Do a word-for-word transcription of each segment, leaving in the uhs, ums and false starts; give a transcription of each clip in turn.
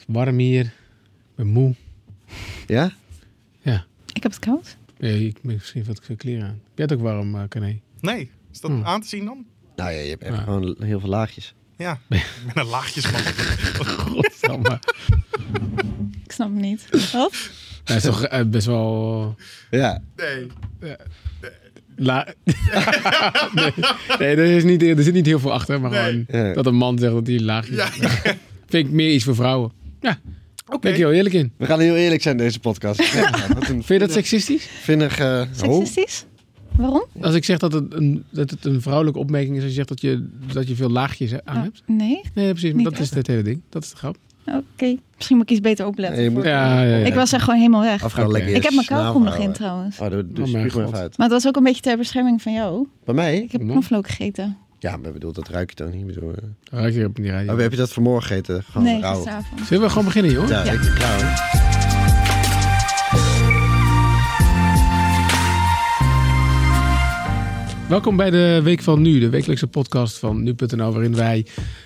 warm hier. Ik ben moe. Ja? Ja. Ik heb het koud. Ja, ik misschien wat kleren aan. Heb jij het ook warm, uh, Kané? Nee. Is dat Hmm. aan te zien dan? Nou ja, je hebt echt Ja. gewoon heel veel laagjes. Ja, met een laagjesman. Godsamme. Ik snap het niet. Wat? Dat is toch uh, best wel... Ja. Nee. La... nee, nee er, is niet, er zit niet heel veel achter. Maar Nee. gewoon Ja. dat een man zegt dat hij laag is. Ja. Vind ik meer iets voor vrouwen. Ja, Oké. ben ik heel eerlijk in. We gaan heel eerlijk zijn in deze podcast. Ja, wat een Vind je dat seksistisch? vinnig... Uh, Seksistisch? Waarom? Als ik zeg dat het een, dat het een vrouwelijke opmerking is... als je zegt dat je, dat je veel laagjes aan Oh, hebt. nee? Nee, precies. Maar Niet dat is echt. het hele ding. Dat is de grap. Oké. Misschien moet ik iets beter opletten. Nee, je moet- voor- Ja, ja, ja. Ik was er gewoon helemaal weg. Afgaan Oké. lekker Ik heb mijn snavel kauwgom nog in houden. trouwens. Oh, doe, doe Oh, mijn spuug maar God. even uit. Maar het was ook een beetje ter bescherming van jou. Bij mij? Ik heb Ja. knoflook gegeten. Ja, maar bedoel, dat ruik je toch niet? Ik bedoel, uh... Ruik je op die radio. oh, heb je dat vanmorgen gegeten? Gewoon Nee, rauw. gisteravond. Zullen we gewoon beginnen, joh? Ja, Ja. ik ben klaar hoor. Welkom bij de Week van Nu, de wekelijkse podcast van nu punt n l, waarin wij...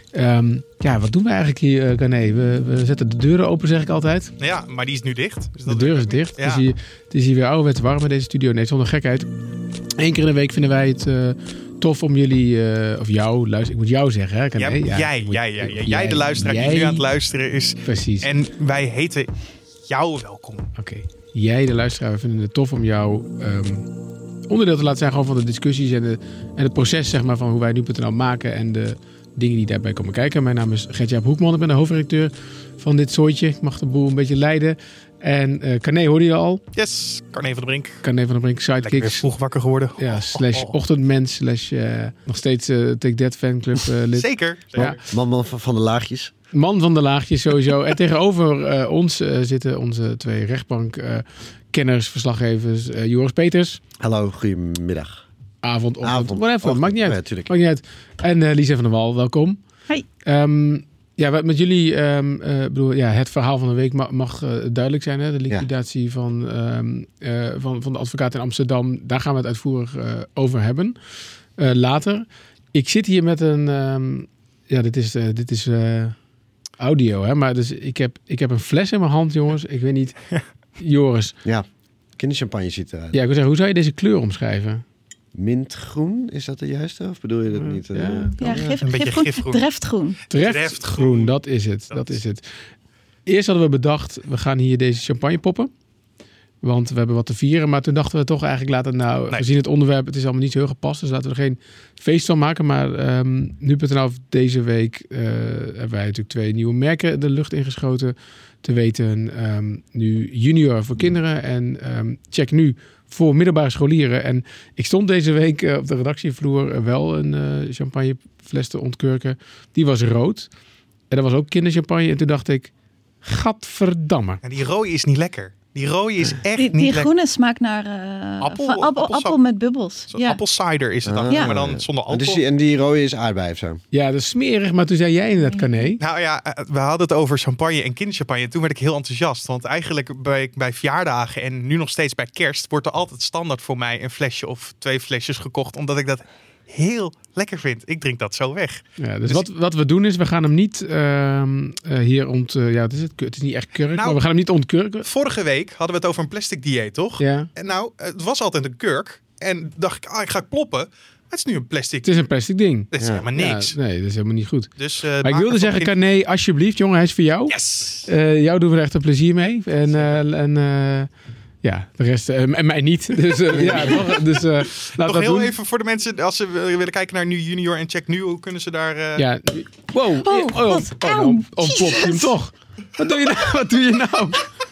Um, ja, wat doen we eigenlijk hier, uh, Kané? We, we zetten de deuren open, zeg ik altijd. Ja, maar die is nu dicht. Dus De dat deur is werkt niet. dicht. Ja. Het, is hier, het is hier weer ouderwets warm in deze studio. Nee, zonder gekheid. Eén keer in de week vinden wij het uh, tof om jullie, uh, of jou, luister, ik moet jou zeggen, hè, Kané? Ja, Ja, jij, ik moet- jij, jij, jij, jij, jij, de luisteraar jij, die nu aan het luisteren is. Precies. En wij heten jou welkom. Oké. Okay. Jij, de luisteraar, we vinden het tof om jou um, onderdeel te laten zijn gewoon van de discussies en, de, en het proces, zeg maar, van hoe wij nu punt n l maken en de dingen die daarbij komen kijken. Mijn naam is Gert-Jaap Hoekman, ik ben de hoofdredacteur van dit soortje. Ik mag de boel een beetje leiden. En uh, Kané hoorde je al. Yes, Carne van der Brink. Kané van der Brink, Lekker weer Sidekicks. vroeg wakker geworden. Ja, Oh, slash oh, oh. ochtendmens, slash uh, nog steeds uh, Take That fanclub uh, lid. Zeker. Ja. zeker. Man, man van, van de laagjes. Man van de laagjes sowieso. En tegenover uh, ons uh, zitten onze twee rechtbank uh, kenners, verslaggevers. Uh, Joris Peters. Hallo, goedemiddag. Avond, ochtend, Avond, whatever. ochtend. Maakt niet uit. Ja, natuurlijk. Maakt niet uit. En uh, Lisa van der Wal, welkom. Hey. Um, ja, wat met jullie, um, uh, bedoel, ja, het verhaal van de week mag, mag uh, duidelijk zijn. Hè? De liquidatie ja. van, um, uh, van, van de advocaat in Amsterdam. Daar gaan we het uitvoerig uh, over hebben. Uh, later. Ik zit hier met een... Um, ja, dit is, uh, dit is uh, audio, hè. Maar dus ik, heb, ik heb een fles in mijn hand, jongens. Ik weet niet... Joris. Ja, kinderchampagne ziet eruit. Ja, ik wil zeggen, hoe zou je deze kleur omschrijven? Mintgroen, is dat de juiste? Of bedoel je dat niet? Ja, Uh, Ja, gif, Een beetje gifgroen. gifgroen. Dreftgroen. Dreftgroen, dat is het. Dat is het. Eerst hadden we bedacht, we gaan hier deze champagne poppen. Want we hebben wat te vieren. Maar toen dachten we toch eigenlijk, laten nou, Nee. gezien het onderwerp, het is allemaal niet zo heel gepast. Dus laten we er geen feest van maken. Maar um, nu punt n l deze week uh, hebben wij natuurlijk twee nieuwe merken de lucht ingeschoten. Te weten um, nu Junior voor kinderen en um, Check Nu voor middelbare scholieren. En ik stond deze week uh, op de redactievloer uh, wel een uh, champagnefles te ontkurken. Die was rood. En dat was ook kinderchampagne. En toen dacht ik, gadverdamme. En die rode is niet lekker. Die rode is echt Die, niet die lekker. groene smaakt naar uh, Appel van of appel, appelsap? appel met bubbels. Zo'n Ja. appelcider is het dan, Ah. maar dan zonder alcohol. Dus die, en die rode is aardbei of zo? Ja, dat is smerig. Maar toen zei jij inderdaad, Kané. Nou ja, we hadden het over champagne en kinderchampagne. En toen werd ik heel enthousiast. Want eigenlijk bij, bij verjaardagen en nu nog steeds bij kerst... wordt er altijd standaard voor mij een flesje of twee flesjes gekocht. Omdat ik dat heel lekker vind. Ik drink dat zo weg. Ja, dus Dus wat, wat we doen is, we gaan hem niet uh, uh, hier ont... Uh, ja, het is, het, het is niet echt kurk, Nou, maar we gaan hem niet ontkurken. Vorige week hadden we het over een plastic dieet, toch? Ja. En nou, het was altijd een kurk. En dacht ik, ah, ik ga kloppen. Het is nu een plastic. Het is een plastic ding. Dat is Ja. helemaal niks. Ja, nee, dat is helemaal niet goed. Dus, uh, Maar ik wilde zeggen, Kané, alsjeblieft, jongen, hij is voor jou. Yes! Uh, jou doen we er echt een plezier mee. En, uh, en uh, ja, de rest, uh, en mij niet. Dus uh, ja, toch? Dus uh, laten we Nog dat heel doen. even voor de mensen, als ze willen kijken naar Nu Junior en Check Nu, hoe kunnen ze daar... Uh... Ja, wow. Oh, oh, oh, God. oh, Auw. dan ontplopt je hem toch. Wat doe je nou? Wat doe je nou?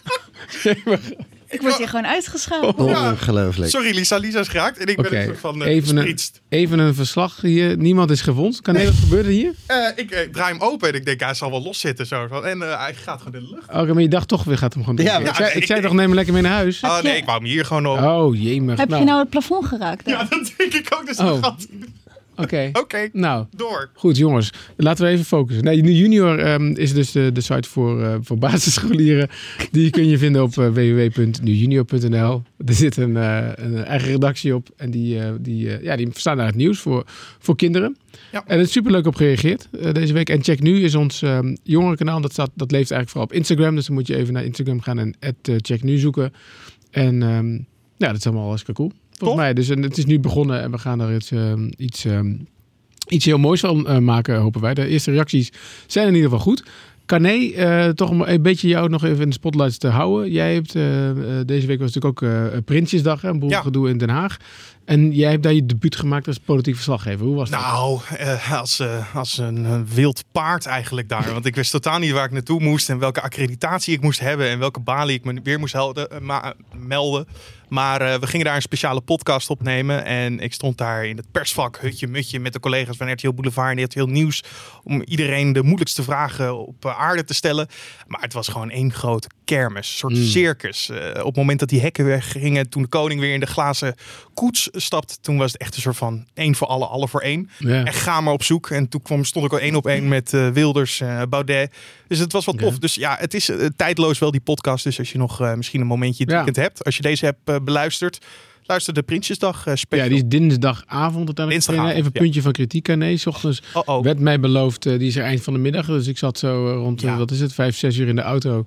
Ik word hier gewoon uitgeschakeld. Ja. Ongelooflijk. Sorry Lisa, Lisa is geraakt. En ik ben Oké, een soort van uh, even, een, gespritst. even een verslag hier. Niemand is gewond. Kané, wat gebeurde hier? Uh, ik uh, draai hem open en ik denk, hij zal wel loszitten. Zo. En uh, hij gaat gewoon in de lucht. Oké, okay, maar je dacht toch, we gaan hem gewoon doen. Ja, ik maar- zei, Ja, ik ik- zei ik- toch, neem hem lekker mee naar huis. Oh je- nee, ik wou hem hier gewoon op. Oh, jemig. Heb nou. je nou het plafond geraakt? hè? Ja, dat denk ik ook. Dus Oh. dat gaat... Oké. Okay. Oké, okay, nou, door. Goed jongens, laten we even focussen. Nee, nu Junior um, is dus de, de site voor, uh, voor basisscholieren. Die kun je vinden op uh, w w w punt nu junior punt n l. Er zit een, uh, een eigen redactie op en die, uh, die, uh, ja, die staan naar het nieuws voor, voor kinderen. Ja. En er is superleuk op gereageerd uh, deze week. En Check Nu is ons um, jongerenkanaal. Dat, staat, dat leeft eigenlijk vooral op Instagram. Dus dan moet je even naar Instagram gaan en at uh, Check Nu zoeken. En um, ja, dat is allemaal hartstikke cool. Volgens mij. Dus en het is nu begonnen en we gaan er iets, um, iets, um, iets heel moois van uh, maken, hopen wij. De eerste reacties zijn in ieder geval goed. Carné, uh, toch om een beetje jou nog even in de spotlights te houden. Jij hebt, uh, uh, deze week was natuurlijk ook uh, Prinsjesdag, hè, een boel ja. gedoe in Den Haag. En jij hebt daar je debuut gemaakt als politiek verslaggever. Hoe was dat? Nou, uh, als, uh, als een, een wild paard eigenlijk daar. Want ik wist totaal niet waar ik naartoe moest en welke accreditatie ik moest hebben en welke balie ik me weer moest helden, uh, ma- melden. Maar uh, we gingen daar een speciale podcast opnemen. En ik stond daar in het persvak, hutje mutje, met de collega's van R T L Boulevard en R T L Nieuws. Om iedereen de moeilijkste vragen op aarde te stellen. Maar het was gewoon één grote kermis. Een soort mm. circus. Uh, op het moment dat die hekken weggingen, toen de koning weer in de glazen koets stapte. Toen was het echt een soort van één voor alle, alle voor één. Yeah. En ga maar op zoek. En toen kwam, stond ik al één op één met uh, Wilders, uh, Baudet. Dus het was wel tof. Yeah. Dus ja, het is uh, tijdloos wel die podcast. Dus als je nog uh, misschien een momentje het weekend ja. hebt. Als je deze hebt uh, beluisterd. Luister de Prinsjesdag uh, special. Ja, die is dinsdagavond. Dinsdagavond even een ja. puntje van kritiek aan. Nee, 's ochtends oh, oh. werd mij beloofd. Uh, die is er eind van de middag. Dus ik zat zo uh, rond, ja. uh, wat is het, vijf, zes uur in de auto.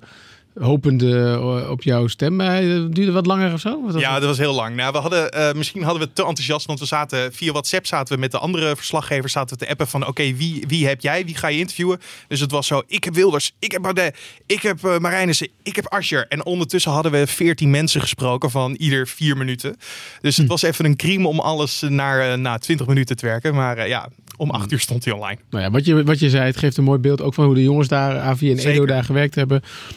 Hopende uh, op jouw stem. Maar het duurde wat langer of zo? Wat ja, dat was heel lang. Nou, we hadden, uh, misschien hadden we te enthousiast. Want we zaten via WhatsApp zaten we met de andere verslaggevers zaten we te appen van oké, okay, wie, wie heb jij? Wie ga je interviewen? Dus het was zo, ik heb Wilders, ik heb Baudet, ik heb uh, Marijnissen, ik heb Asscher. En ondertussen hadden we veertien mensen gesproken van ieder vier minuten. Dus het hm. was even een crime om alles naar uh, na twintig minuten te werken. Maar uh, ja, om acht uur stond hij online. Nou ja, wat je, wat je zei, het geeft een mooi beeld ook van hoe de jongens daar, Avi en Zeker. Edo, daar gewerkt hebben.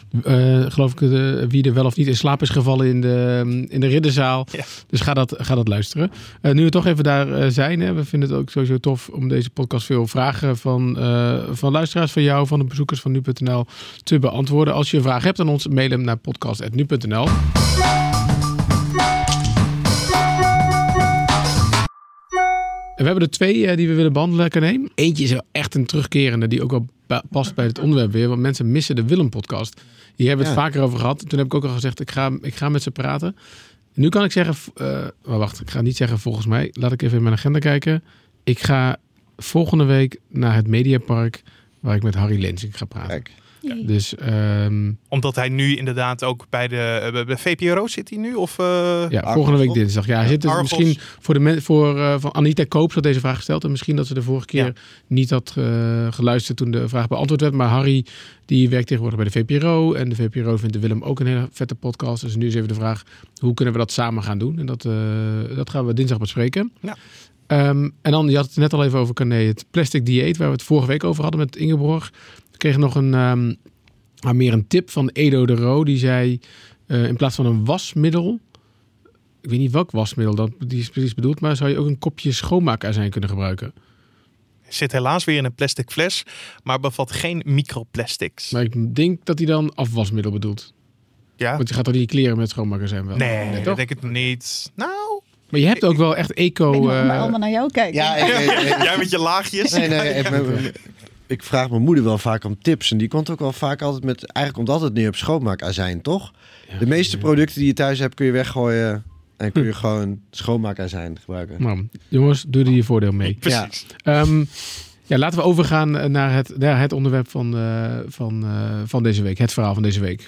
Uh, geloof ik, uh, wie er wel of niet in slaap is gevallen in de, in de ridderzaal. Ja. Dus ga dat, ga dat luisteren. Uh, nu we toch even daar uh, zijn, hè, we vinden het ook sowieso tof om deze podcast veel vragen van, uh, van luisteraars van jou, van de bezoekers van nu punt n l te beantwoorden. Als je een vraag hebt aan ons, mail hem naar podcast punt nu punt n l. We hebben er twee uh, die we willen behandelen, Carné. Eentje is echt een terugkerende die ook wel pa- past bij het onderwerp weer. Want mensen missen de Willem-podcast. Hier hebben we het ja. vaker over gehad. Toen heb ik ook al gezegd, ik ga, ik ga met ze praten. Nu kan ik zeggen, uh, maar wacht, ik ga niet zeggen volgens mij. Laat ik even in mijn agenda kijken. Ik ga volgende week naar het Mediapark waar ik met Harry Lensing ga praten. Kijk. Ja. Dus, um, omdat hij nu inderdaad ook bij de uh, bij V P R O zit hij nu? Of, uh, ja, Argos, volgende week dinsdag. Ja, hij zit er misschien voor de men, voor uh, van Anita Koops had deze vraag gesteld. En misschien dat ze de vorige keer ja. niet had uh, geluisterd toen de vraag beantwoord werd. Maar Harry, die werkt tegenwoordig bij de V P R O. En de V P R O vindt de Willem ook een hele vette podcast. Dus nu is even de vraag, hoe kunnen we dat samen gaan doen? En dat, uh, dat gaan we dinsdag bespreken. Ja. Um, en dan, je had het net al even over Carné, het plastic dieet, waar we het vorige week over hadden met Ingeborg. We kregen nog een, um, maar meer een tip van Edo de Roo. Die zei, uh, in plaats van een wasmiddel, ik weet niet welk wasmiddel dat die is precies bedoeld, maar zou je ook een kopje schoonmaakazijn kunnen gebruiken? Zit helaas weer in een plastic fles, maar bevat geen microplastics. Maar ik denk dat hij dan afwasmiddel bedoelt. Ja. Want je gaat toch niet kleren met schoonmaakazijn wel? Nee, nee dat denk ik niet. Nou... Maar je hebt ook wel echt eco... Ik ben uh... allemaal naar jou kijken. Ja, ik, ik, ik, Jij met je laagjes. Nee, nee, ik, ik, ik vraag mijn moeder wel vaak om tips. En die komt ook wel vaak altijd met... Eigenlijk komt altijd neer op schoonmaakazijn, toch? Ja, de meeste ja. producten die je thuis hebt kun je weggooien. En kun je hm. gewoon schoonmaakazijn gebruiken. Nou, jongens, doe er je voordeel mee. Precies. Ja. Um, ja, laten we overgaan naar het, naar het onderwerp van, uh, van, uh, van deze week. Het verhaal van deze week.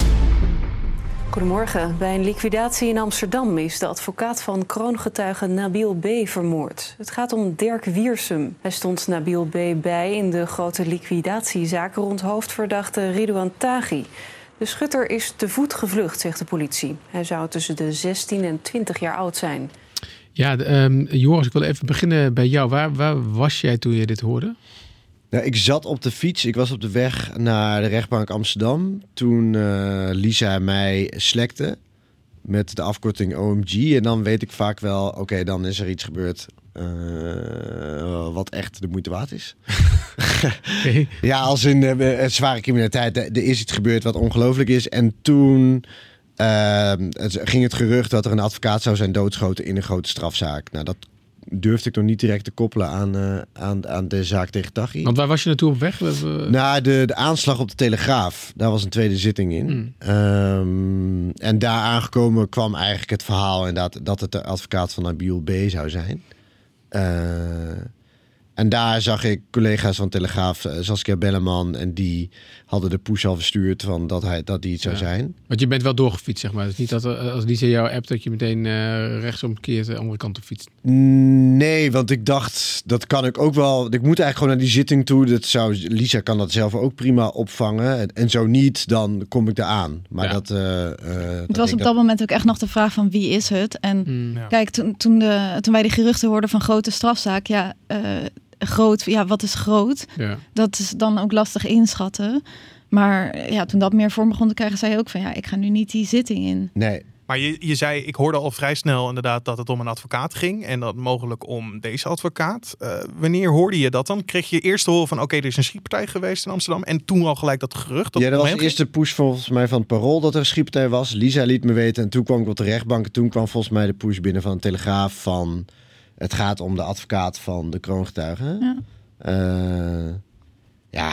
Goedemorgen. Bij een liquidatie in Amsterdam is de advocaat van kroongetuige Nabil B. vermoord. Het gaat om Dirk Wiersum. Hij stond Nabil B. bij in de grote liquidatiezaak rond hoofdverdachte Ridouan Taghi. De schutter is te voet gevlucht, zegt de politie. Hij zou tussen de zestien en twintig jaar oud zijn. Ja, de, um, Joris, ik wil even beginnen bij jou. Waar, waar was jij toen je dit hoorde? Nou, ik zat op de fiets. Ik was op de weg naar de rechtbank Amsterdam. Toen uh, Lisa mij slekte met de afkorting O M G. En dan weet ik vaak wel, oké, okay, dan is er iets gebeurd uh, wat echt de moeite waard is. Okay. Ja, als in uh, zware criminaliteit. Er is iets gebeurd wat ongelooflijk is. En toen uh, het ging het gerucht dat er een advocaat zou zijn doodgeschoten in een grote strafzaak. Nou, dat durfde ik nog niet direct te koppelen aan, uh, aan, aan de zaak tegen Taghi. Want waar was je naartoe op weg? We... Nou, de, de aanslag op de Telegraaf. Daar was een tweede zitting in. Mm. Um, en daar aangekomen kwam eigenlijk het verhaal inderdaad dat het de advocaat van Nabil B. zou zijn. Uh, en daar zag ik collega's van Telegraaf, Saskia Belleman, en die hadden de push al verstuurd van dat hij dat die het zou ja. zijn. Want je bent wel doorgefietst, zeg maar. Het is niet dat als Lisa jou appt dat je meteen uh, rechtsomkeert de andere kant op fietst. Nee, want ik dacht, dat kan ik ook wel. Ik moet eigenlijk gewoon naar die zitting toe. Dat zou, Lisa kan dat zelf ook prima opvangen. En, en zo niet, dan kom ik eraan. Maar ja. dat. Uh, uh, het dat was op dat, dat moment ook echt nog de vraag van wie is het? En mm, ja. kijk, toen, toen, de, toen wij die geruchten hoorden van grote strafzaak, ja. Uh, groot, ja, wat is groot? Ja. Dat is dan ook lastig inschatten. Maar ja, toen dat meer vorm begon te krijgen, zei je ook van ja, ik ga nu niet die zitting in. Nee. Maar je, je zei, ik hoorde al vrij snel inderdaad dat het om een advocaat ging. En dat mogelijk om deze advocaat. Uh, wanneer hoorde je dat dan? Kreeg je eerst te horen van oké, okay, er is een schietpartij geweest in Amsterdam. En toen al gelijk dat gerucht? Dat ja, dat was de eerste push volgens mij van het Parool dat er een schietpartij was. Lisa liet me weten en toen kwam ik op de rechtbank. En toen kwam volgens mij de push binnen van de Telegraaf van het gaat om de advocaat van de kroongetuigen. Ja. Uh, ja,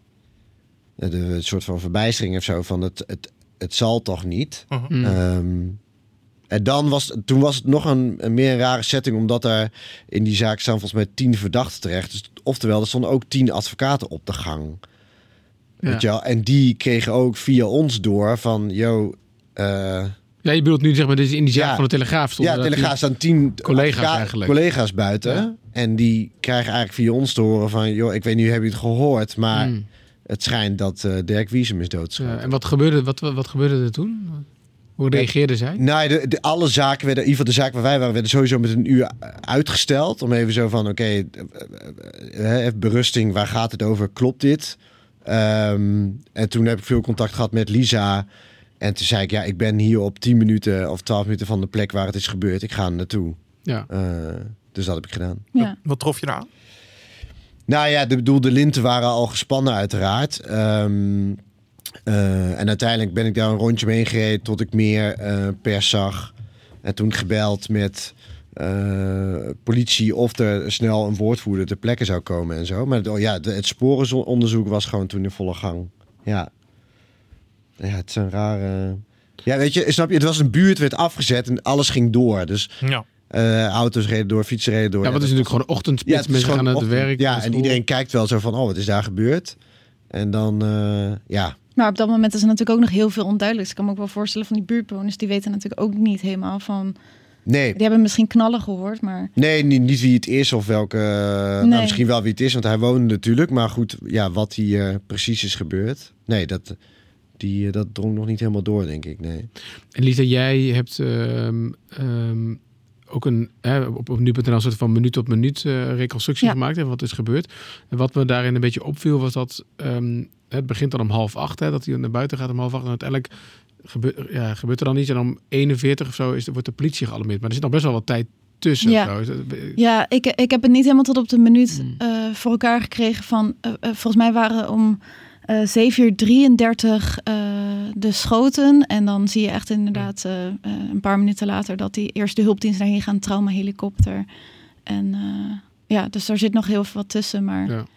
de, de, een soort van verbijstering of zo van het, het, het zal toch niet. Uh-huh. Um, en dan was, toen was het nog een, een meer een rare setting, omdat er in die zaak staan volgens mij tien verdachten terecht. Dus, oftewel, er stonden ook tien advocaten op de gang. Ja. Weet je wel? En die kregen ook via ons door van, yo... Uh, Ja, je bedoelt nu zeg maar, dus in die zaak ja, van de Telegraaf stond. Ja, de Telegraaf staan tien collega's advoca- eigenlijk. collega's buiten. Ja. En die krijgen eigenlijk via ons te horen van, joh, ik weet niet, heb je het gehoord? Maar mm. het schijnt dat uh, Dirk Wiersum is doodgeschoten. Ja, en wat gebeurde, wat, wat, wat gebeurde er toen? Hoe reageerden zij? Nou, de, de, alle zaken werden, in ieder geval de zaken waar wij waren, werden sowieso met een uur uitgesteld. Om even zo van, oké, okay, uh, uh, berusting, waar gaat het over? Klopt dit? Um, en toen heb ik veel contact gehad met Lisa. En toen zei ik, ja, ik ben hier op tien minuten of twaalf minuten van de plek waar het is gebeurd. Ik ga er naartoe. Ja. Uh, dus dat heb ik gedaan. Ja. Wat trof je eraan? Nou ja, de, bedoel, de linten waren al gespannen uiteraard. Um, uh, en uiteindelijk ben ik daar een rondje mee gereden tot ik meer uh, pers zag. En toen gebeld met uh, politie of er snel een woordvoerder ter plekke zou komen en zo. Maar oh ja, de, het sporenonderzoek was gewoon toen in volle gang. Ja. Ja, het is een rare... Ja, weet je, snap je, het was een buurt, werd afgezet en alles ging door. Dus ja. uh, auto's reden door, fietsen reden door. Ja, wat is natuurlijk gewoon ochtendspits, ja, mensen gaan naar het werk. Ja, en iedereen kijkt wel zo van, oh, wat is daar gebeurd? En dan, uh, ja... Maar op dat moment is er natuurlijk ook nog heel veel onduidelijk. Ik kan me ook wel voorstellen van die buurtbewoners, die weten natuurlijk ook niet helemaal van... Nee. Die hebben misschien knallen gehoord, maar... Nee, niet, niet wie het is of welke... Nee. Nou, misschien wel wie het is, want hij woonde natuurlijk. Maar goed, ja, wat hier uh, precies is gebeurd. Nee, dat... Die, dat drong nog niet helemaal door, denk ik. Nee. En Lisa, jij hebt um, um, ook een hè, op, op nu punt n l een soort van minuut op minuut uh, reconstructie ja. gemaakt. En wat is gebeurd. En wat me daarin een beetje opviel was dat um, het begint dan om half acht. Hè, dat hij naar buiten gaat om half acht. En uiteindelijk gebe- ja, gebeurt er dan iets. En om eenenveertig of zo is, wordt de politie gealarmeerd. Maar er zit nog best wel wat tijd tussen. Ja, of zo. ja ik, ik heb het niet helemaal tot op de minuut hmm. uh, voor elkaar gekregen. Van, uh, uh, volgens mij waren om... Uh, zeven uur drieëndertig uh, de schoten. En dan zie je echt inderdaad uh, uh, een paar minuten later... dat die eerste hulpdienst daarheen gaan, traumahelikopter. En uh, ja, dus daar zit nog heel veel wat tussen. Maar... Ja.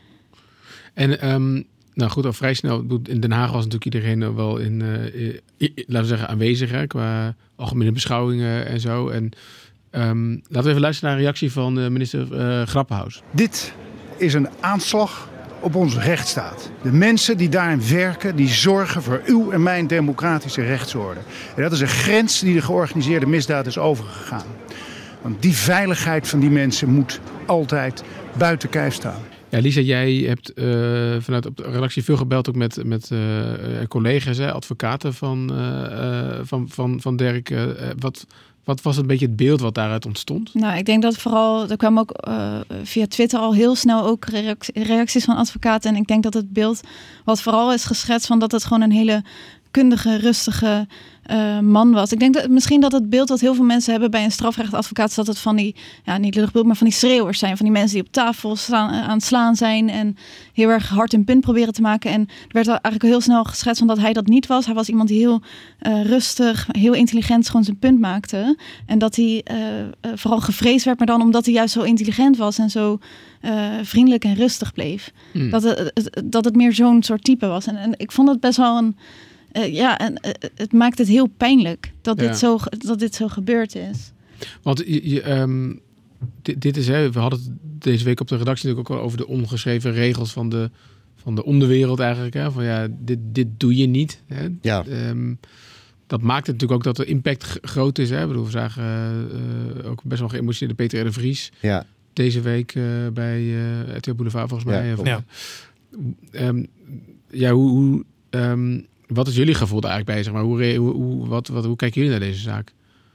En um, nou goed, al vrij snel... In Den Haag was natuurlijk iedereen wel in... Uh, in laten we zeggen aanwezig, hè, qua algemene beschouwingen en zo. En um, laten we even luisteren naar een reactie van uh, minister uh, Grappenhaus. Dit is een aanslag... op onze rechtsstaat. De mensen die daarin werken, die zorgen voor uw en mijn democratische rechtsorde. En dat is een grens die de georganiseerde misdaad is overgegaan. Want die veiligheid van die mensen moet altijd buiten kijf staan. Ja, Lisa, jij hebt uh, vanuit op de redactie veel gebeld ook met, met uh, collega's, hè, advocaten van, uh, van, van, van Dirk. Uh, wat... Wat was een beetje het beeld wat daaruit ontstond? Nou, ik denk dat vooral, er kwamen ook uh, via Twitter al heel snel ook reacties van advocaten. En ik denk dat het beeld wat vooral is geschetst van dat het gewoon een hele kundige, rustige uh, man was. Ik denk dat misschien dat het beeld wat heel veel mensen hebben bij een strafrechtadvocaat is dat het van die, ja, niet lullig beeld, maar van die schreeuwers zijn. Van die mensen die op tafel staan, aan het slaan zijn en heel erg hard hun punt proberen te maken. En er werd eigenlijk heel snel geschetst van dat hij dat niet was. Hij was iemand die heel uh, rustig, heel intelligent gewoon zijn punt maakte. En dat hij uh, uh, vooral gevreesd werd, maar dan omdat hij juist zo intelligent was en zo uh, vriendelijk en rustig bleef. Hmm. Dat, het, dat het meer zo'n soort type was. En, en ik vond het best wel een... Uh, ja, en uh, het maakt het heel pijnlijk dat, ja. dit, zo, dat dit zo gebeurd is. Want je, je, um, dit, dit is, hè, we hadden het deze week op de redactie natuurlijk ook al over de ongeschreven regels van de, van de onderwereld eigenlijk. Hè? Van ja, dit, dit doe je niet. Hè? Ja. Um, dat maakt het natuurlijk ook dat de impact g- groot is. Hè? Ik bedoel, we zagen uh, ook best wel geëmotioneerde Peter R. de Vries ja. deze week uh, bij uh, R T L Boulevard volgens mij. Ja. Ja, um, ja hoe... hoe um, wat is jullie gevoel daar eigenlijk bij? Zeg maar? hoe, hoe, hoe, wat, wat, hoe kijken jullie naar deze zaak?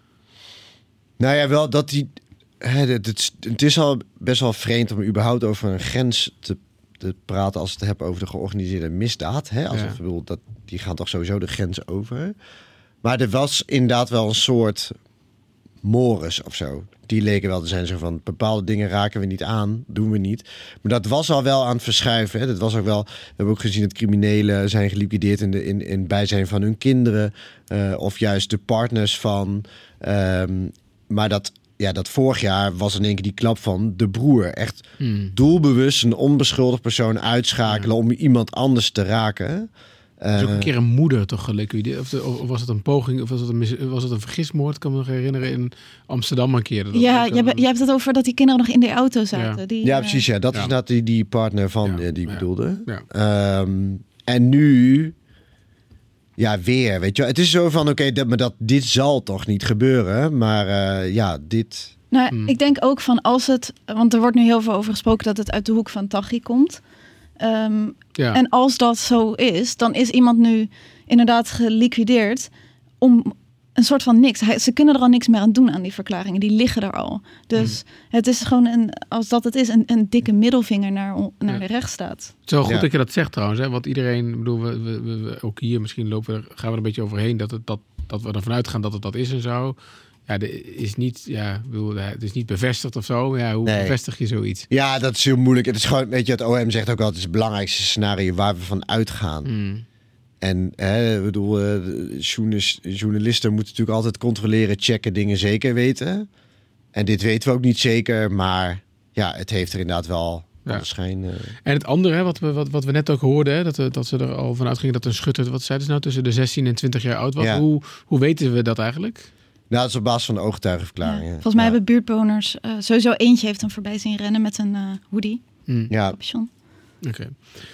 Nou ja, wel dat die... Hè, het, het, het is al best wel vreemd om überhaupt over een grens te, te praten als we het hebben over de georganiseerde misdaad. Hè? Alsof, ja. bedoel, dat, die gaan toch sowieso de grens over. Maar er was inderdaad wel een soort mores of zo. Die leken wel te zijn zo van bepaalde dingen raken we niet aan, doen we niet. Maar dat was al wel aan het verschuiven. Hè. Dat was ook wel. We hebben ook gezien dat criminelen zijn geliquideerd in de in, in bijzijn van hun kinderen uh, of juist de partners van. Um, maar dat ja, dat vorig jaar was in één keer die klap van de broer. Echt hmm. doelbewust een onbeschuldigd persoon uitschakelen ja. om iemand anders te raken. Er is ook een keer een moeder toch geliquideerd? Of, of was het een poging? Of was het een, mis, was het een vergismoord? Ik kan me nog herinneren in Amsterdam een keer. Dat ja, je hebt, je hebt het over dat die kinderen nog in de auto zaten. Ja, die, ja precies. Ja. Dat ja. is inderdaad die, die partner van ja. die ja. bedoelde. Ja. Um, en nu... Ja, weer, weet je wel. Het is zo van, oké, okay, dat, maar dat, dit zal toch niet gebeuren. Maar uh, ja, dit... Nou, hmm. ik denk ook van als het... Want er wordt nu heel veel over gesproken dat het uit de hoek van Taghi komt. Um, ja. En als dat zo is, dan is iemand nu inderdaad geliquideerd om een soort van niks. Hij, ze kunnen er al niks meer aan doen aan die verklaringen. Die liggen er al. Dus hmm. het is gewoon, een, als dat het is, een, een dikke middelvinger naar, naar ja. de rechtsstaat. Het is wel goed ja. dat je dat zegt trouwens. Hè? Want iedereen, bedoel, we, we, we, ook hier misschien lopen we, gaan we er een beetje overheen. Dat, het, dat, dat we ervan uitgaan dat het dat is en zo. Ja, de, is niet, ja, bedoel, het is niet bevestigd of zo. Ja, hoe nee. bevestig je zoiets? Ja, dat is heel moeilijk. Het is gewoon, weet je, het O M zegt ook al, het is het belangrijkste scenario waar we van uitgaan. Hmm. En hè, ik bedoel, uh, journalist, journalisten moeten natuurlijk altijd controleren, checken, dingen zeker weten. En dit weten we ook niet zeker, maar ja, het heeft er inderdaad wel ja. schijn. Uh... En het andere, hè, wat, we, wat, wat we net ook hoorden, hè, dat, we, dat ze er al vanuit gingen dat een schutter, wat zeiden ze nou, tussen de zestien en twintig jaar oud was. Ja. Hoe, hoe weten we dat eigenlijk? Nou, dat is op basis van de ooggetuigenverklaring. Ja. Volgens mij ja. hebben buurtbewoners uh, sowieso eentje heeft hem voorbij zien rennen met een uh, hoodie. Mm. Ja. Oké. Okay.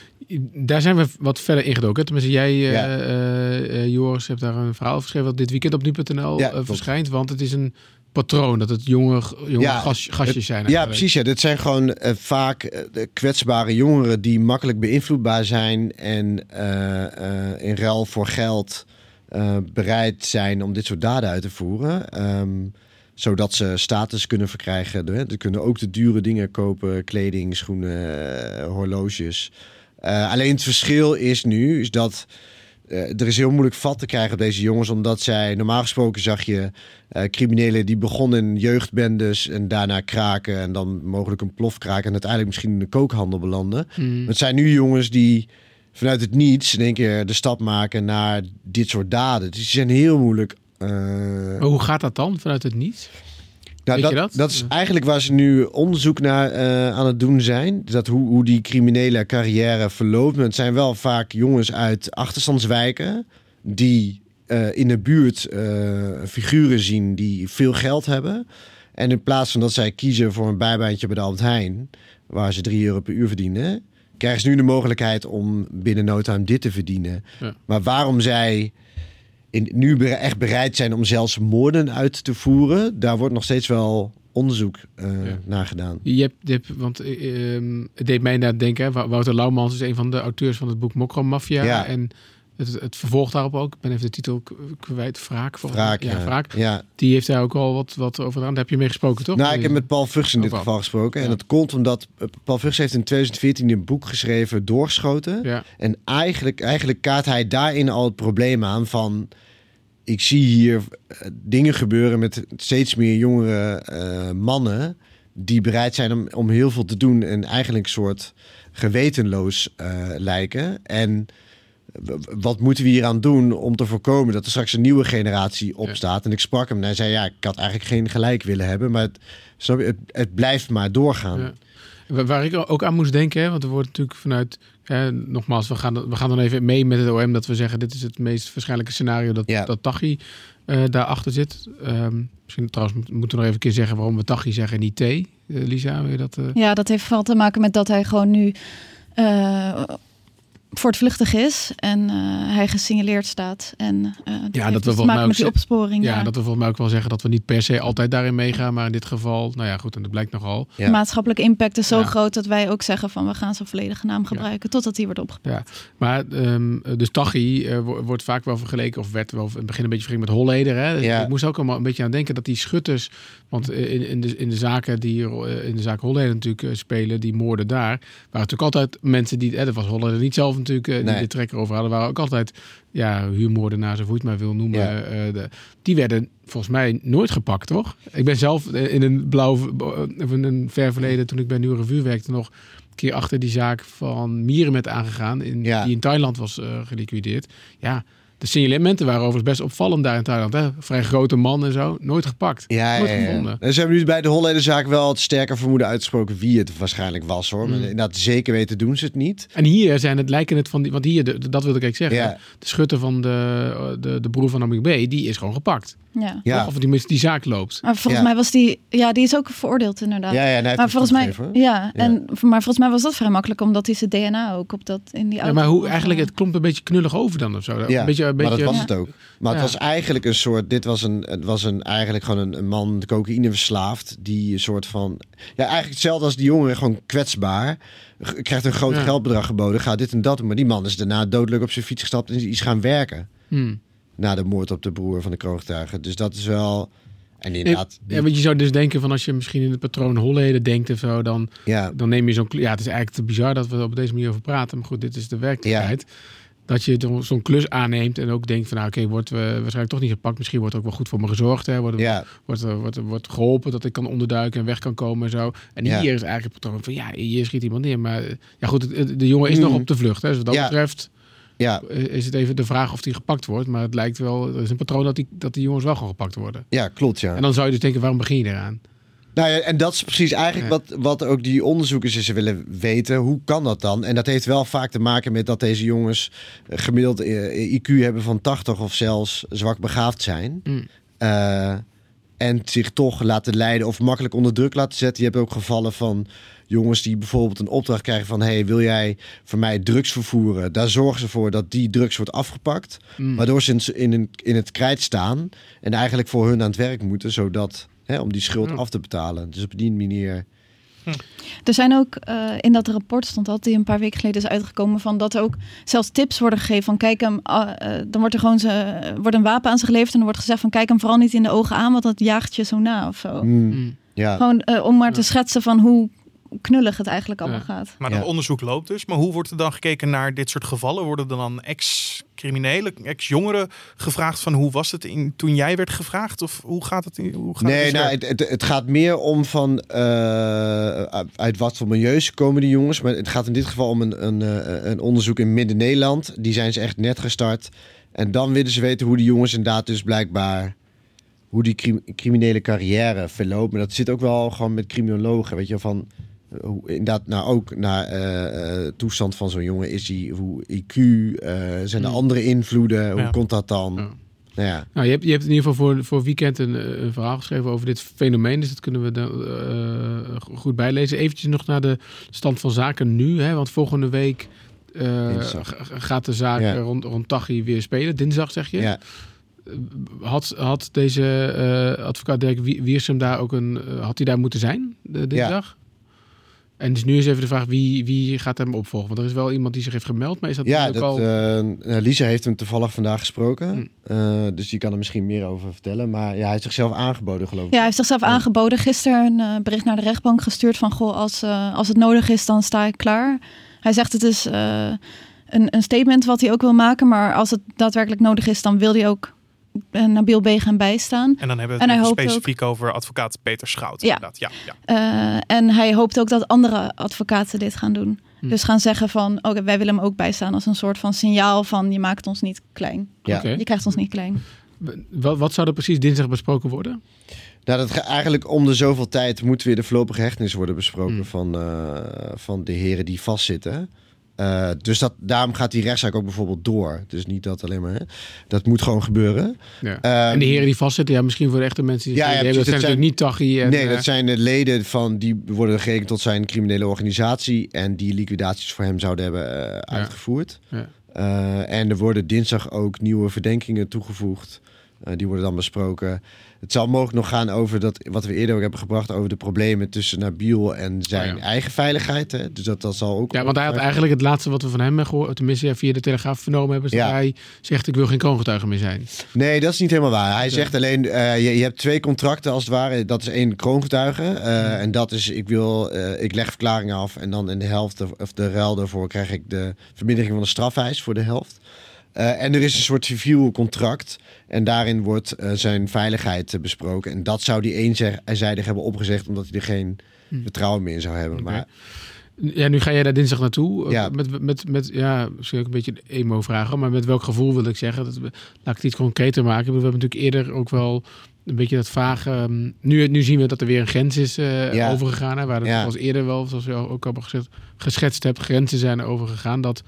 Daar zijn we wat verder ingedoken. Tenminste, jij, ja. uh, uh, Joris, hebt daar een verhaal over geschreven dat dit weekend op nu punt n l ja, uh, verschijnt. Want het is een patroon dat het jonge, jonge ja, gas, gastjes het, zijn. Ja, precies. Ja. Dit zijn gewoon uh, vaak uh, kwetsbare jongeren die makkelijk beïnvloedbaar zijn en uh, uh, in ruil voor geld uh, bereid zijn om dit soort daden uit te voeren. Um, zodat ze status kunnen verkrijgen. Ze kunnen ook de dure dingen kopen, kleding, schoenen, uh, horloges. Uh, alleen het verschil is nu is dat uh, er is heel moeilijk vat te krijgen op deze jongens, omdat zij, normaal gesproken zag je uh, criminelen die begonnen in jeugdbendes en daarna kraken en dan mogelijk een plof kraken en uiteindelijk misschien in de kookhandel belanden. Mm. Het zijn nu jongens die vanuit het niets in één keer de stap maken naar dit soort daden. Dus die zijn heel moeilijk. Uh... Maar hoe gaat dat dan vanuit het niets? Nou, dat, dat? dat is eigenlijk waar ze nu onderzoek naar uh, aan het doen zijn. Dat hoe, hoe die criminele carrière verloopt. Maar het zijn wel vaak jongens uit achterstandswijken die uh, in de buurt uh, figuren zien die veel geld hebben. En in plaats van dat zij kiezen voor een bijbaantje bij de Albert Heijn, waar ze drie euro per uur verdienen, krijgen ze nu de mogelijkheid om binnen no time dit te verdienen. Ja. Maar waarom zij in, nu echt bereid zijn om zelfs moorden uit te voeren, daar wordt nog steeds wel onderzoek uh, ja. naar gedaan. Je hebt, je hebt, want uh, het deed mij inderdaad denken, hè, Wouter Laumans is een van de auteurs van het boek Mokro Mafia. Ja. En het, het vervolg daarop ook. Ik ben even de titel kwijt. Wraak. Wraak, ja. ja. Wraak. Ja. Die heeft daar ook al wat, wat over gedaan. Daar heb je mee gesproken, toch? Nou, ik heb met Paul Vugts in dit Ook geval wel. gesproken. En Ja. dat komt omdat uh, Paul Vugts heeft in twintig veertien een boek geschreven, Doorgeschoten. Ja. En eigenlijk, eigenlijk kaart hij daarin al het probleem aan van... Ik zie hier uh, dingen gebeuren met steeds meer jongere uh, mannen... die bereid zijn om, om heel veel te doen en eigenlijk een soort gewetenloos uh, lijken. En w- wat moeten we hier aan doen om te voorkomen dat er straks een nieuwe generatie opstaat? Ja. En ik sprak hem en hij zei, ja, ik had eigenlijk geen gelijk willen hebben, maar het, snap je, het, het blijft maar doorgaan. Ja. Waar ik ook aan moest denken, hè, want er wordt natuurlijk vanuit... Hè, nogmaals, we gaan, we gaan dan even mee met het O M... dat we zeggen, dit is het meest waarschijnlijke scenario... dat, ja. dat Taghi uh, daarachter zit. Um, misschien trouwens moeten we nog even een keer zeggen... waarom we Taghi zeggen en niet T. Uh, Lisa, wil je dat... Uh... Ja, dat heeft vooral te maken met dat hij gewoon nu... Uh, voortvluchtig is en uh, hij gesignaleerd staat. En uh, dat ja, heeft dat we dus te maken met die opsporing. Ja, ja, dat we volgens mij ook wel zeggen dat we niet per se altijd daarin meegaan. Maar in dit geval, nou ja, goed, en dat blijkt nogal. Ja. De maatschappelijke impact is zo ja. groot dat wij ook zeggen van we gaan zijn volledige naam gebruiken ja. totdat die wordt opgepakt. Ja, maar um, dus Taghi uh, wordt vaak wel vergeleken, of werd wel in het begin een beetje vergeleken met Holleder. Hè? Ja. Ik moest ook allemaal een beetje aan denken dat die schutters, want in, in, de, in de zaken die uh, in de zaak Holleder natuurlijk uh, spelen, die moorden daar, waren natuurlijk altijd mensen die, eh, dat was Holleder niet zelf natuurlijk, uh, die nee. de trekker over hadden, waren ook altijd ja, huurmoordenaars of hoe je het maar wil noemen. Ja. Uh, de, die werden volgens mij nooit gepakt, toch? Ik ben zelf in een blauw, of in een ver verleden, toen ik bij Nieuwe Revue werkte, nog een keer achter die zaak van Mierenmet aangegaan, in, ja. die in Thailand was uh, geliquideerd. Ja, de signalementen waren overigens best opvallend daar in Thailand. Hè? Vrij grote man en zo. Nooit gepakt. Ja, nooit ja, ja. gevonden. En ze hebben nu bij de Holledenzaak wel het sterker vermoeden uitgesproken wie het waarschijnlijk was, hoor. Mm. Maar inderdaad, zeker weten doen ze het niet. En hier zijn het, lijken het van die, want hier, de, dat wilde ik eigenlijk zeggen. Ja. De schutter van de, de, de broer van Namik B, die is gewoon gepakt. Ja. Ja. Of die, die zaak loopt. Maar volgens ja. mij was die, ja, die is ook veroordeeld inderdaad. Ja, ja, maar volgens mij, ja, en ja. maar volgens mij was dat vrij makkelijk, omdat hij zijn D N A ook op dat in die auto. Ja, maar hoe eigenlijk het klonk een beetje knullig over dan of zo. Ja, een beetje, een beetje, maar dat was ja. het ook. Maar het ja. was eigenlijk een soort, dit was een, het was een eigenlijk gewoon een, een man de cocaïne verslaafd, die een soort van, ja, eigenlijk hetzelfde als die jongen, gewoon kwetsbaar. Krijgt een groot ja. geldbedrag geboden, gaat dit en dat doen. Maar die man is daarna dodelijk op zijn fiets gestapt en is gaan werken. Hmm. Na de moord op de broer van de kroongetuige. Dus dat is wel... En inderdaad... Ja, die... want je zou dus denken van als je misschien in het patroon Holleden denkt of zo, dan, ja. dan neem je zo'n... Ja, het is eigenlijk te bizar dat we op deze manier over praten. Maar goed, dit is de werkelijkheid. Ja. Dat je zo'n klus aanneemt en ook denkt van nou oké, okay, wordt we waarschijnlijk toch niet gepakt. Misschien wordt ook wel goed voor me gezorgd. Hè? Wordt, ja. wordt, wordt, wordt, wordt geholpen dat ik kan onderduiken en weg kan komen en zo. En ja. hier is eigenlijk het patroon van ja, hier schiet iemand neer. Maar ja goed, de jongen is mm. nog op de vlucht. Hè? Dus wat dat ja. betreft... Ja. Is het even de vraag of die gepakt wordt. Maar het lijkt wel, er is een patroon dat die, dat die jongens wel gewoon gepakt worden. Ja, klopt, ja. En dan zou je dus denken, waarom begin je eraan? Nou ja, en dat is precies eigenlijk ja. wat, wat ook die onderzoekers eens willen weten. Hoe kan dat dan? En dat heeft wel vaak te maken met dat deze jongens gemiddeld I Q hebben van tachtig of zelfs zwak begaafd zijn. Mm. Uh, en zich toch laten leiden of makkelijk onder druk laten zetten. Je hebt ook gevallen van jongens die bijvoorbeeld een opdracht krijgen van hey, wil jij voor mij drugs vervoeren? Daar zorgen ze voor dat die drugs wordt afgepakt. Mm. Waardoor ze in, in, in het krijt staan en eigenlijk voor hun aan het werk moeten, zodat, hè, om die schuld mm. af te betalen. Dus op die manier... Hm. Er zijn ook, uh, in dat rapport stond dat, die een paar weken geleden is uitgekomen, van dat er ook zelfs tips worden gegeven van kijk hem, uh, uh, dan wordt er gewoon ze, uh, wordt een wapen aan ze geleverd en er wordt gezegd van kijk hem vooral niet in de ogen aan, want dat jaagt je zo na of zo. Mm. Ja. Gewoon uh, om maar te schetsen van hoe knullig het eigenlijk allemaal ja. gaat. Maar dat ja. onderzoek loopt dus. Maar hoe wordt er dan gekeken naar dit soort gevallen? Worden er dan ex-criminelen, ex-jongeren gevraagd van hoe was het in, toen jij werd gevraagd? Of hoe gaat het? In, hoe gaat nee, het, nou, het, het, het gaat meer om van uh, uit wat voor milieus komen die jongens. Maar het gaat in dit geval om een, een, een onderzoek in Midden-Nederland. Die zijn ze echt net gestart. En dan willen ze weten hoe die jongens inderdaad dus blijkbaar... hoe die crim- criminele carrière verloopt. Maar dat zit ook wel gewoon met criminologen. Weet je, van... Hoe, inderdaad, nou ook naar uh, uh, toestand van zo'n jongen is hij, hoe I Q, uh, zijn er andere invloeden, hoe ja. komt dat dan? Ja. Nou ja. Nou, je hebt, je hebt in ieder geval voor, voor weekend een, een verhaal geschreven over dit fenomeen, dus dat kunnen we dan, uh, goed bijlezen. Eventjes nog naar de stand van zaken nu, hè, want volgende week uh, g- gaat de zaak ja. rond, rond Taghi weer spelen, dinsdag zeg je. Ja. Had, had deze uh, advocaat Dirk Wiersum daar ook een, uh, had hij daar moeten zijn, de, dinsdag? Ja. En dus nu is even de vraag, wie, wie gaat hem opvolgen? Want er is wel iemand die zich heeft gemeld, maar is dat Ja, ook dat, al... uh, Lisa heeft hem toevallig vandaag gesproken. Hmm. Uh, dus die kan er misschien meer over vertellen. Maar ja, hij heeft zichzelf aangeboden, geloof ik. Ja, hij heeft zichzelf aangeboden. Gisteren een uh, bericht naar de rechtbank gestuurd van... goh, als, uh, als het nodig is, dan sta ik klaar. Hij zegt het is uh, een, een statement wat hij ook wil maken... maar als het daadwerkelijk nodig is, dan wil hij ook... Nabil B. gaan bijstaan. En dan hebben we het en specifiek ook... over advocaat Peter Schout. Ja. Inderdaad. Ja, ja. Uh, en hij hoopt ook dat andere advocaten dit gaan doen. Hm. Dus gaan zeggen van, oké, okay, wij willen hem ook bijstaan als een soort van signaal van je maakt ons niet klein. Ja. Okay. Je krijgt ons niet klein. Wat, wat zou er precies dinsdag besproken worden? Nou, dat gaat eigenlijk om de zoveel tijd moet weer de voorlopige hechtenis worden besproken Hm. van, uh, van de heren die vastzitten. Uh, dus dat, daarom gaat die rechtszaak ook bijvoorbeeld door. Dus niet dat alleen maar. Hè. Dat moet gewoon gebeuren. Ja. Um, en de heren die vastzitten, ja, misschien voor de echte mensen die ja, ja, hebben, precies, dat zijn dat natuurlijk niet Taghi. En, nee, uh, dat zijn de leden van die worden gerekend tot zijn criminele organisatie en die liquidaties voor hem zouden hebben uh, uitgevoerd. Ja. Uh, en er worden dinsdag ook nieuwe verdenkingen toegevoegd. Uh, die worden dan besproken. Het zal mogelijk nog gaan over dat wat we eerder ook hebben gebracht over de problemen tussen Nabil en zijn oh ja. eigen veiligheid. Hè? Dus dat, dat zal ook. Ja, want hij had eigenlijk het laatste wat we van hem hebben gehoord, tenminste ja, via de Telegraaf vernomen hebben, is ja. dat hij zegt ik wil geen kroongetuige meer zijn. Nee, dat is niet helemaal waar. Hij ja. zegt alleen, uh, je, je hebt twee contracten als het ware. Dat is één kroongetuige uh, ja. en dat is ik wil, uh, ik leg verklaringen af en dan in de helft of de ruil daarvoor krijg ik de vermindering van de strafeis voor de helft. Uh, en er is een soort civiel contract. En daarin wordt uh, zijn veiligheid uh, besproken. En dat zou die eenzijdig hebben opgezegd, omdat hij er geen hm. vertrouwen meer in zou hebben. Okay. Maar ja, nu ga jij daar dinsdag naartoe. Ja. Met, met, met, ja, misschien ook een beetje emo vragen. Maar met welk gevoel wil ik zeggen? Dat, laat ik het iets concreter maken. We hebben natuurlijk eerder ook wel een beetje dat vage... Um, nu, nu zien we dat er weer een grens is uh, ja. overgegaan. Hè, waar het ja. was eerder wel, zoals je ook al gezegd, geschetst hebt, grenzen zijn overgegaan. Dat...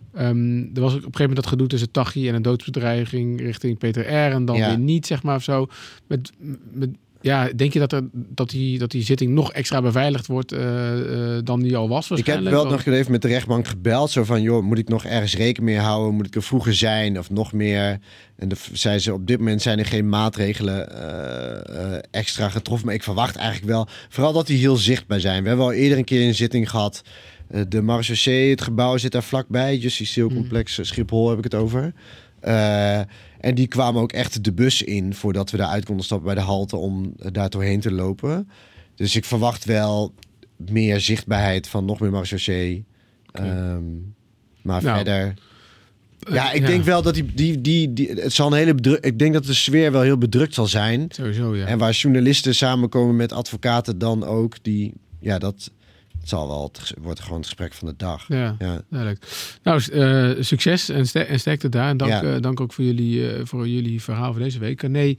Um, er was ook op een gegeven moment dat gedoe tussen Taghi en een doodsbedreiging richting Peter R. En dan ja. weer niet, zeg maar, of zo. Met, met, ja, denk je dat, er, dat, die, dat die zitting nog extra beveiligd wordt uh, uh, dan die al was waarschijnlijk? Ik heb wel nog even met de rechtbank gebeld. Zo van, joh, moet ik nog ergens rekening mee houden? Moet ik er vroeger zijn of nog meer? En de, zei ze, op dit moment zijn er geen maatregelen uh, uh, extra getroffen. Maar ik verwacht eigenlijk wel, vooral dat die heel zichtbaar zijn. We hebben al eerder een keer een zitting gehad. De Marechaussee, het gebouw zit daar vlakbij. Justitieel complex mm. Schiphol heb ik het over. Uh, en die kwamen ook echt de bus in voordat we daaruit konden stappen bij de halte om daar doorheen te lopen. Dus ik verwacht wel meer zichtbaarheid van nog meer Marechaussee. Okay. Um, maar nou, verder... Ja, ik ja. denk wel dat die, die, die, die... Het zal een hele bedruk, ik denk dat de sfeer wel heel bedrukt zal zijn. Sowieso, ja. En waar journalisten samenkomen met advocaten dan ook. Die, ja, dat... Het zal wel, het wordt gewoon het gesprek van de dag. Ja, ja. duidelijk. Nou, uh, succes en, ster- en sterkte daar. En dank, ja. uh, dank ook voor jullie, uh, voor jullie verhaal voor deze week. Nee,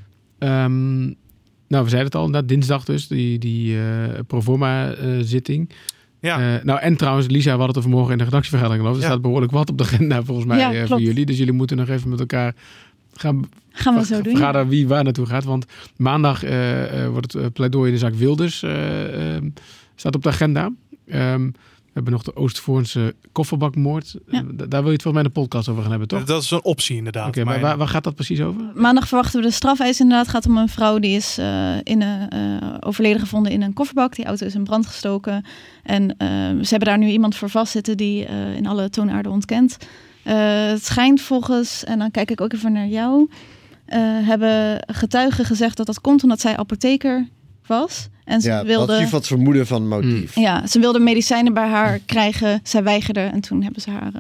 um, nou, we zeiden het al, inderdaad, dinsdag dus, die, die uh, proforma-zitting. Uh, ja. Uh, nou, en trouwens, Lisa, we hadden het er vanmorgen in de redactievergadering geloof. Er ja. staat behoorlijk wat op de agenda volgens mij ja, uh, voor jullie. Dus jullie moeten nog even met elkaar gaan... Gaan we zo doen. Vergaderen wie waar naartoe gaat. Want maandag uh, uh, wordt het uh, pleidooi in de zaak Wilders... Uh, uh, staat op de agenda. Um, we hebben nog de Oostvoornse kofferbakmoord. Ja. Uh, daar wil je het volgens mij in de podcast over gaan hebben, toch? Dat is een optie inderdaad. Okay, maar waar, waar gaat dat precies over? Maandag verwachten we de strafeis inderdaad. Het gaat om een vrouw die is uh, in een, uh, overleden gevonden in een kofferbak. Die auto is in brand gestoken. En uh, ze hebben daar nu iemand voor vastzitten die uh, in alle toonaarden ontkent. Uh, het schijnt volgens, en dan kijk ik ook even naar jou... Uh, hebben getuigen gezegd dat dat komt omdat zij apotheker was. En ze ja, wilde... dat is wat vermoeden van motief. Mm. Ja, ze wilde medicijnen bij haar krijgen. Zij weigerde en toen hebben ze haar... Uh,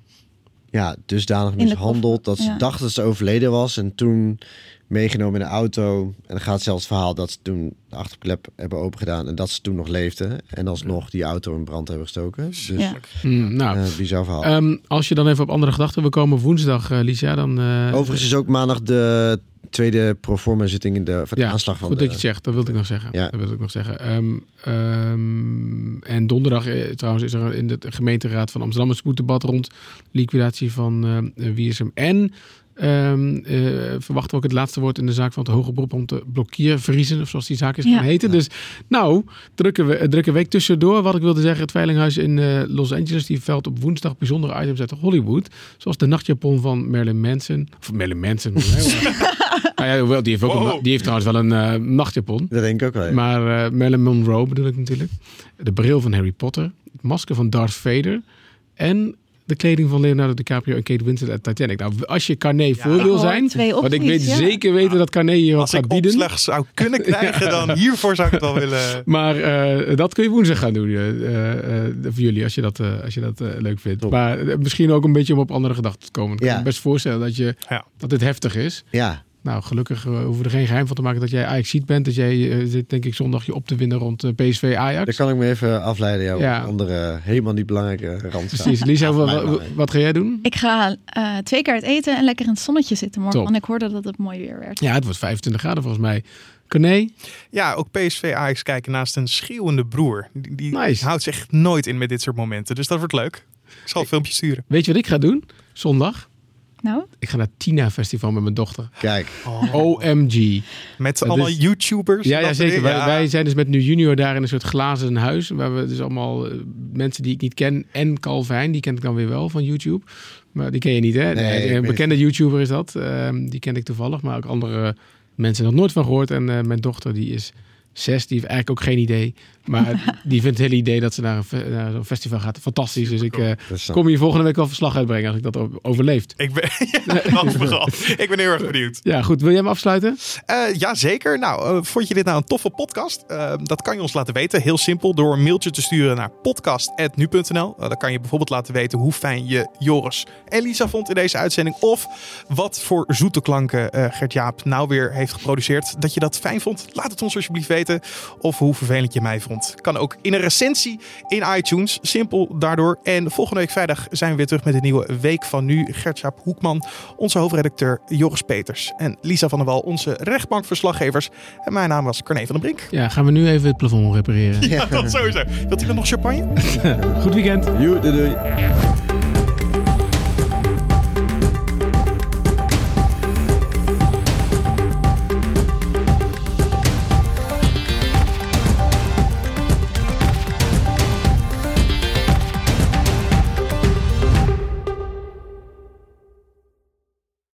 ja, dusdanig mishandeld dat ze ja. dacht dat ze overleden was. En toen meegenomen in de auto. En dan gaat zelfs het verhaal dat ze toen de achterklep hebben opengedaan. En dat ze toen nog leefde. En alsnog die auto in brand hebben gestoken. Dus ja. mm, nou, uh, bizar verhaal. Um, als je dan even op andere gedachten wil komen woensdag, uh, Lisa, dan... Uh, Overigens is ook maandag de tweede proforma zitting in de, voor de ja, aanslag van goed de... dat je het zegt, dat wilde ik nog zeggen. Ja. Dat wilde ik nog zeggen. Um, um, en donderdag eh, trouwens is er in de gemeenteraad van Amsterdam een spoeddebat rond liquidatie van uh, Wiersum. En Um, uh, verwachten we ook het laatste woord in de zaak van het hoger beroep om te blokkiervriezen, of zoals die zaak is gaan ja. heten. Dus nou, drukke, we, drukke week tussendoor. Wat ik wilde zeggen, het Veilinghuis in uh, Los Angeles, die velt op woensdag bijzondere items uit Hollywood. Zoals de nachtjapon van Marilyn Manson. Of Marilyn Manson. nou ja, wel, die, heeft ook wow. een, die heeft trouwens wel een uh, nachtjapon. Dat denk ik ook wel. Ja. Maar uh, Marilyn Monroe bedoel ik natuurlijk. De bril van Harry Potter. Het masker van Darth Vader. En de kleding van Leonardo DiCaprio en Kate Winslet uit Titanic. Nou, als je Carné voor ja, wil zijn, want ik weet ja. zeker weten ja. dat Carné hier wat gaat bieden. Als ik opslag zou kunnen krijgen, dan hiervoor zou ik het wel willen. Maar uh, dat kun je woensdag gaan doen uh, uh, voor jullie, als je dat, uh, als je dat uh, leuk vindt. Top. Maar uh, misschien ook een beetje om op andere gedachten te komen. Ik ja. kan me best voorstellen dat, je, ja. dat dit heftig is. Ja. Nou, gelukkig uh, hoeven we er geen geheim van te maken dat jij Ajaxiet bent. Dat jij uh, zit, denk ik, zondag je op te winnen rond uh, P S V Ajax. Dan kan ik me even afleiden. Ja, ja. Andere helemaal niet belangrijke randzaken. Precies. Lisa, wat, wat, wat ga jij doen? Ik ga uh, twee keer uit eten en lekker in het zonnetje zitten morgen. Top. Want ik hoorde dat het mooi weer werd. Ja, het wordt vijfentwintig graden volgens mij. Corné? Ja, ook P S V Ajax kijken naast een schreeuwende broer. Die, die nice. houdt zich nooit in met dit soort momenten. Dus dat wordt leuk. Ik zal een filmpje sturen. Weet je wat ik ga doen? Zondag? Nou? Ik ga naar het Tina Festival met mijn dochter. Kijk. Oh. O M G. Met uh, allemaal dus, YouTubers? Ja, ja zeker. Ja. Wij, wij zijn dus met Nu Junior daar in een soort glazen huis. Waar we dus allemaal uh, mensen die ik niet ken. En Calvin, die ken ik dan weer wel van YouTube. Maar die ken je niet, hè? Nee, nee, een bekende YouTuber is dat. Uh, die ken ik toevallig. Maar ook andere mensen nog nooit van gehoord. En uh, mijn dochter die is zes. Die heeft eigenlijk ook geen idee. Maar die vindt het hele idee dat ze naar, een, naar zo'n festival gaat fantastisch. Dus ik uh, kom hier volgende week wel verslag uitbrengen als ik dat overleeft. Ik ben, ja, ik ben heel erg benieuwd. Ja, goed. Wil jij hem afsluiten? Uh, ja, zeker. Nou, uh, vond je dit nou een toffe podcast? Uh, dat kan je ons laten weten. Heel simpel door een mailtje te sturen naar podcast apenstaartje nu punt n l. Uh, dan kan je bijvoorbeeld laten weten hoe fijn je Joris en Lisa vond in deze uitzending. Of wat voor zoete klanken uh, Gert-Jaap nou weer heeft geproduceerd. Dat je dat fijn vond. Laat het ons alsjeblieft weten. Of hoe vervelend je mij vond. Kan ook in een recensie in iTunes. Simpel daardoor. En volgende week vrijdag zijn we weer terug met een nieuwe Week van Nu. Gert-Jaap Hoekman, onze hoofdredacteur Joris Peters en Lisa van der Wal, onze rechtbankverslaggevers. En mijn naam was Corné van den Brink. Ja, gaan we nu even het plafond repareren. Ja, dat sowieso. Wilt u dan nog champagne? Goed weekend. Doei, doei.